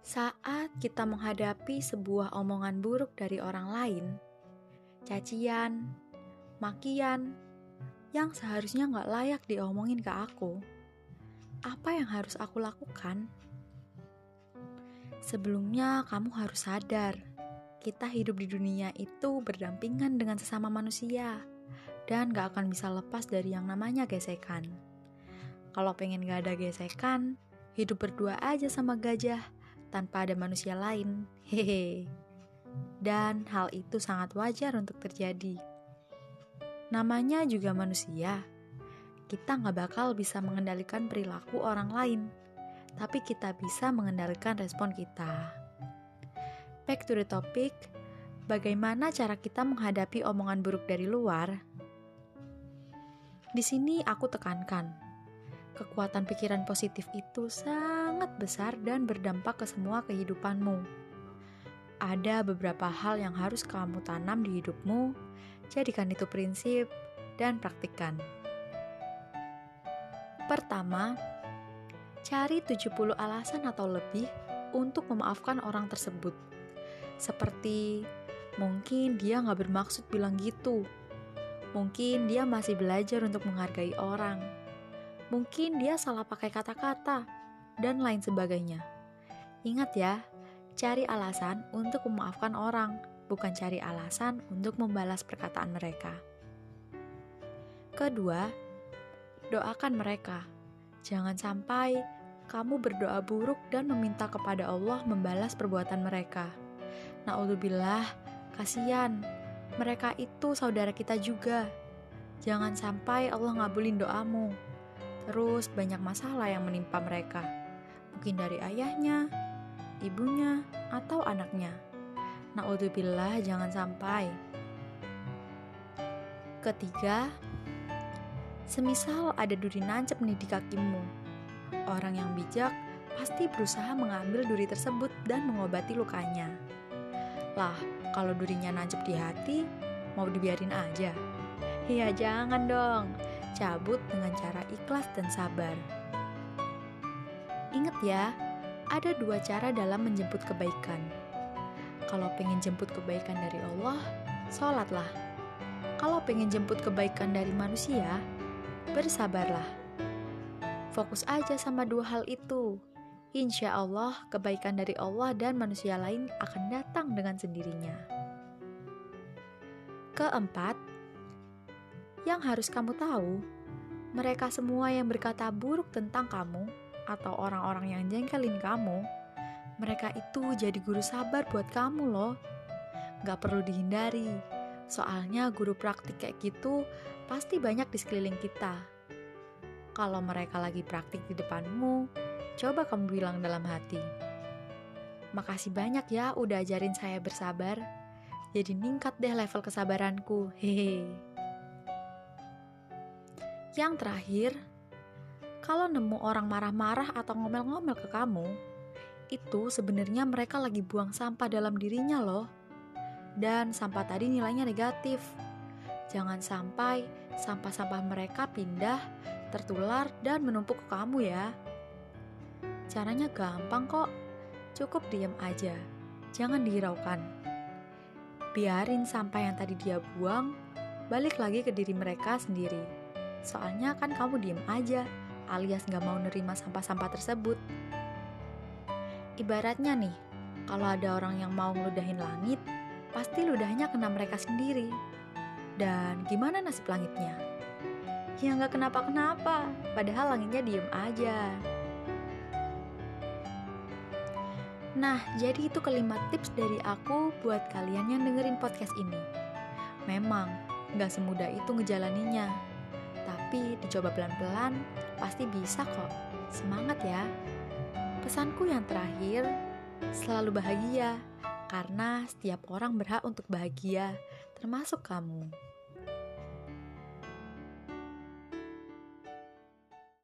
Saat kita menghadapi sebuah omongan buruk dari orang lain, cacian, makian, yang seharusnya gak layak diomongin ke aku, apa yang harus aku lakukan? Sebelumnya kamu harus sadar, kita hidup di dunia itu berdampingan dengan sesama manusia, dan gak akan bisa lepas dari yang namanya gesekan. Kalau pengen gak ada gesekan, hidup berdua aja sama gajah, tanpa ada manusia lain, hehe. Dan hal itu sangat wajar untuk terjadi. Namanya juga manusia. Kita gak bakal bisa mengendalikan perilaku orang lain, tapi kita bisa mengendalikan respon kita. Back to the topic, bagaimana cara kita menghadapi omongan buruk dari luar? Di sini aku tekankan, kekuatan pikiran positif itu sangat besar dan berdampak ke semua kehidupanmu. Ada beberapa hal yang harus kamu tanam di hidupmu, jadikan itu prinsip dan praktikkan. Pertama, cari 70 alasan atau lebih untuk memaafkan orang tersebut. Seperti, mungkin dia gak bermaksud bilang gitu. Mungkin dia masih belajar untuk menghargai orang. Mungkin dia salah pakai kata-kata, dan lain sebagainya. Ingat ya, cari alasan untuk memaafkan orang, bukan cari alasan untuk membalas perkataan mereka. Kedua, doakan mereka. Jangan sampai kamu berdoa buruk dan meminta kepada Allah membalas perbuatan mereka. Na'udzubillah, kasihan. Mereka itu saudara kita juga. Jangan sampai Allah ngabulin doamu. Terus banyak masalah yang menimpa mereka, mungkin dari ayahnya, ibunya, atau anaknya. Na'udzubillah, jangan sampai. Ketiga, semisal ada duri nancep nih di kakimu, orang yang bijak pasti berusaha mengambil duri tersebut dan mengobati lukanya. Lah, kalau durinya nancep di hati, mau dibiarin aja? Ya jangan dong. Cabut dengan cara ikhlas dan sabar. Ingat ya, ada 2 cara dalam menjemput kebaikan. Kalau pengen jemput kebaikan dari Allah, sholatlah. Kalau pengen jemput kebaikan dari manusia, bersabarlah. Fokus aja sama 2 hal itu. Insya Allah, kebaikan dari Allah dan manusia lain akan datang dengan sendirinya. Keempat, yang harus kamu tahu, mereka semua yang berkata buruk tentang kamu atau orang-orang yang jengkelin kamu, mereka itu jadi guru sabar buat kamu loh. Gak perlu dihindari, soalnya guru praktik kayak gitu pasti banyak di sekeliling kita. Kalau mereka lagi praktik di depanmu, coba kamu bilang dalam hati, makasih banyak ya udah ajarin saya bersabar, jadi ningkat deh level kesabaranku, hehe. Yang terakhir, kalau nemu orang marah-marah atau ngomel-ngomel ke kamu, itu sebenarnya mereka lagi buang sampah dalam dirinya loh. Dan sampah tadi nilainya negatif. Jangan sampai sampah-sampah mereka pindah, tertular, dan menumpuk ke kamu ya. Caranya gampang kok, cukup diam aja, jangan dihiraukan. Biarin sampah yang tadi dia buang, balik lagi ke diri mereka sendiri. Soalnya kan kamu diem aja, alias gak mau nerima sampah-sampah tersebut. Ibaratnya nih, kalau ada orang yang mau ngeludahin langit, pasti ludahnya kena mereka sendiri. Dan gimana nasib langitnya? Ya gak kenapa-kenapa, padahal langitnya diem aja. Nah, jadi itu kelima tips dari aku buat kalian yang dengerin podcast ini. Memang, gak semudah itu ngejalaninnya. Tapi dicoba pelan-pelan, pasti bisa kok. Semangat ya. Pesanku yang terakhir, selalu bahagia. Karena setiap orang berhak untuk bahagia, termasuk kamu.